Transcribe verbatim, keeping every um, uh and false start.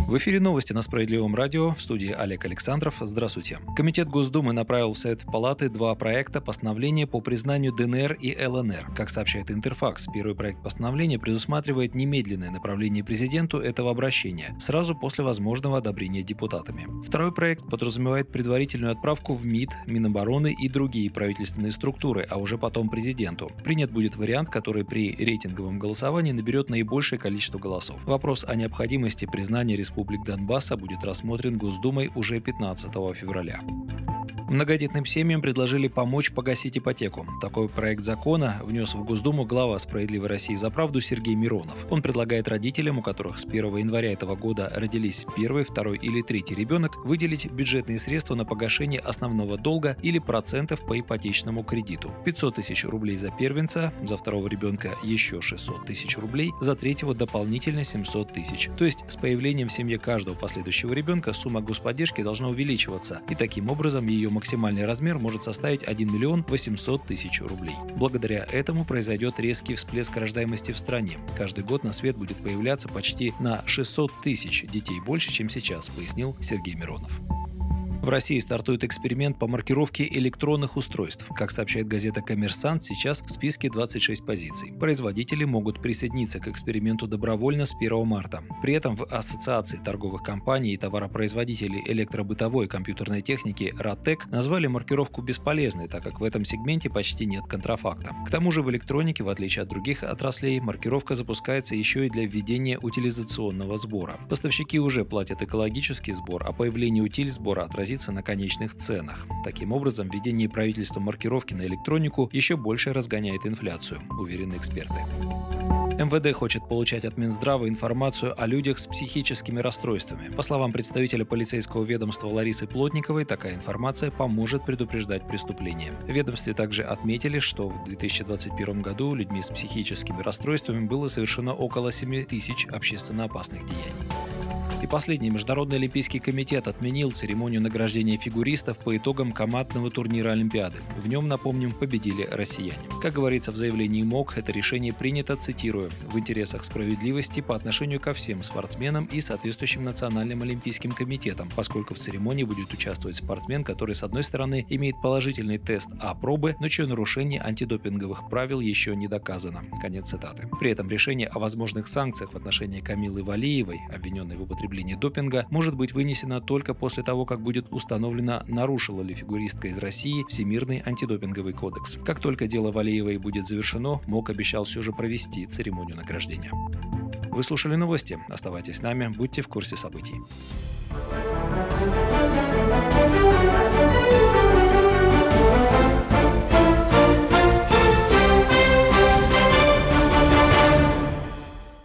В эфире новости на Справедливом радио, в студии Олег Александров. Здравствуйте. Комитет Госдумы направил в Совет Палаты два проекта постановления по признанию ДНР и ЛНР. Как сообщает Интерфакс, первый проект постановления предусматривает немедленное направление президенту этого обращения, сразу после возможного одобрения депутатами. Второй проект подразумевает предварительную отправку в МИД, Минобороны и другие правительственные структуры, а уже потом президенту. Принят будет вариант, который при рейтинговом голосовании наберет наибольшее количество голосов. Вопрос о необходимости признания республики Республик Донбасса будет рассмотрен Госдумой уже пятнадцатого февраля. Многодетным семьям предложили помочь погасить ипотеку. Такой проект закона внес в Госдуму глава «Справедливой России за правду» Сергей Миронов. Он предлагает родителям, у которых с первого января этого года родились первый, второй или третий ребенок, выделить бюджетные средства на погашение основного долга или процентов по ипотечному кредиту. пятьсот тысяч рублей за первенца, за второго ребенка еще шестьсот тысяч рублей, за третьего дополнительно семьсот тысяч. То есть с появлением в семье каждого последующего ребенка сумма господдержки должна увеличиваться, и таким образом ее максимальный размер может составить один миллион восемьсот тысяч рублей. Благодаря этому произойдет резкий всплеск рождаемости в стране. Каждый год на свет будет появляться почти на шестьсот тысяч детей больше, чем сейчас, пояснил Сергей Миронов. В России стартует эксперимент по маркировке электронных устройств. Как сообщает газета «Коммерсант», сейчас в списке двадцать шесть позиций. Производители могут присоединиться к эксперименту добровольно с первого марта. При этом в Ассоциации торговых компаний и товаропроизводителей электробытовой и компьютерной техники «РАТЭК» назвали маркировку бесполезной, так как в этом сегменте почти нет контрафакта. К тому же в электронике, в отличие от других отраслей, маркировка запускается еще и для введения утилизационного сбора. Поставщики уже платят экологический сбор, а появление утиль-сбора отразится на конечных ценах. Таким образом, введение правительством маркировки на электронику еще больше разгоняет инфляцию, уверены эксперты. эм вэ дэ хочет получать от Минздрава информацию о людях с психическими расстройствами. По словам представителя полицейского ведомства Ларисы Плотниковой, такая информация поможет предупреждать преступления. В ведомстве также отметили, что в две тысячи двадцать первом году людьми с психическими расстройствами было совершено около семи тысяч общественно опасных деяний. И последний. Международный олимпийский комитет отменил церемонию награждения фигуристов по итогам командного турнира Олимпиады. В нем, напомним, победили россияне. Как говорится в заявлении МОК, это решение принято, цитирую, в интересах справедливости по отношению ко всем спортсменам и соответствующим национальным олимпийским комитетам, поскольку в церемонии будет участвовать спортсмен, который, с одной стороны, имеет положительный тест А-пробы, но чье нарушение антидопинговых правил еще не доказано. Конец цитаты. При этом решение о возможных санкциях в отношении Камилы Валиевой, обвиненной в употреблении допинга, может быть вынесено только после того, как будет установлено, нарушила ли фигуристка из России Всемирный антидопинговый кодекс. Как только дело Валиевой будет завершено, МОК обещал все же провести церемонию награждения. Вы слушали новости. Оставайтесь с нами, будьте в курсе событий.